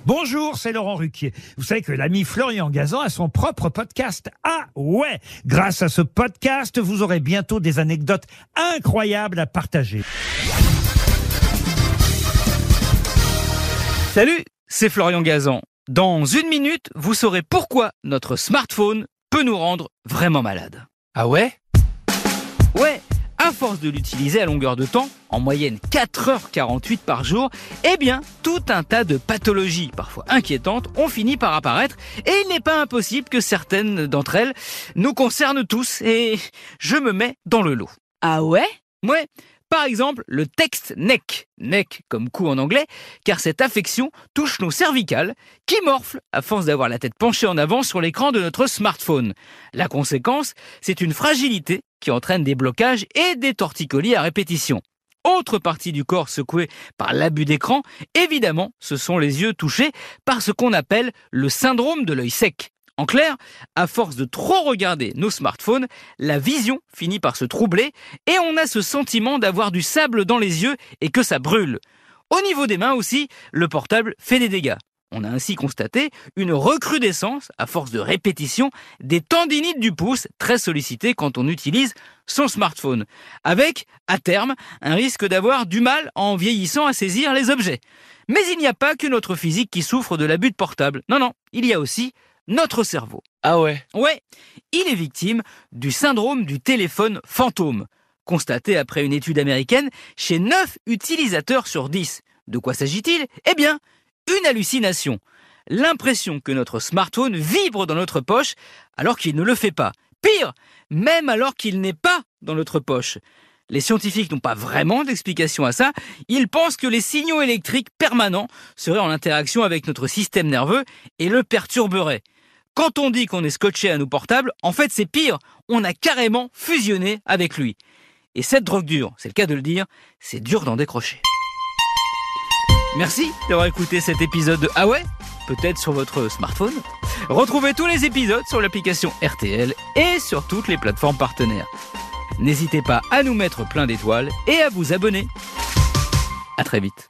Bonjour, c'est Laurent Ruquier. Vous savez que l'ami Florian Gazan a son propre podcast. Ah ouais! Grâce à ce podcast, vous aurez bientôt des anecdotes incroyables à partager. Salut, c'est Florian Gazan. Dans 1 minute, vous saurez pourquoi notre smartphone peut nous rendre vraiment malades. Ah ouais? Ouais, à force de l'utiliser à longueur de temps, en moyenne 4h48 par jour, eh bien, tout un tas de pathologies, parfois inquiétantes, ont fini par apparaître et il n'est pas impossible que certaines d'entre elles nous concernent tous et je me mets dans le lot. Ah ouais? Ouais. Par exemple, le text neck comme cou en anglais, car cette affection touche nos cervicales, qui morflent à force d'avoir la tête penchée en avant sur l'écran de notre smartphone. La conséquence, c'est une fragilité qui entraîne des blocages et des torticolis à répétition. Autre partie du corps secouée par l'abus d'écran, évidemment, ce sont les yeux touchés par ce qu'on appelle le syndrome de l'œil sec. En clair, à force de trop regarder nos smartphones, la vision finit par se troubler et on a ce sentiment d'avoir du sable dans les yeux et que ça brûle. Au niveau des mains aussi, le portable fait des dégâts. On a ainsi constaté une recrudescence, à force de répétition, des tendinites du pouce, très sollicitées quand on utilise son smartphone. Avec, à terme, un risque d'avoir du mal en vieillissant à saisir les objets. Mais il n'y a pas que notre physique qui souffre de l'abus de portable. Non, il y a aussi notre cerveau. Ah ouais? Ouais, il est victime du syndrome du téléphone fantôme, constaté après une étude américaine chez 9 utilisateurs sur 10. De quoi s'agit-il? Eh bien, une hallucination. L'impression que notre smartphone vibre dans notre poche alors qu'il ne le fait pas. Pire, même alors qu'il n'est pas dans notre poche. Les scientifiques n'ont pas vraiment d'explication à ça. Ils pensent que les signaux électriques permanents seraient en interaction avec notre système nerveux et le perturberaient. Quand on dit qu'on est scotché à nos portables, en fait c'est pire, on a carrément fusionné avec lui. Et cette drogue dure, c'est le cas de le dire, c'est dur d'en décrocher. Merci d'avoir écouté cet épisode de Ah ouais? Peut-être sur votre smartphone. Retrouvez tous les épisodes sur l'application RTL et sur toutes les plateformes partenaires. N'hésitez pas à nous mettre plein d'étoiles et à vous abonner. À très vite.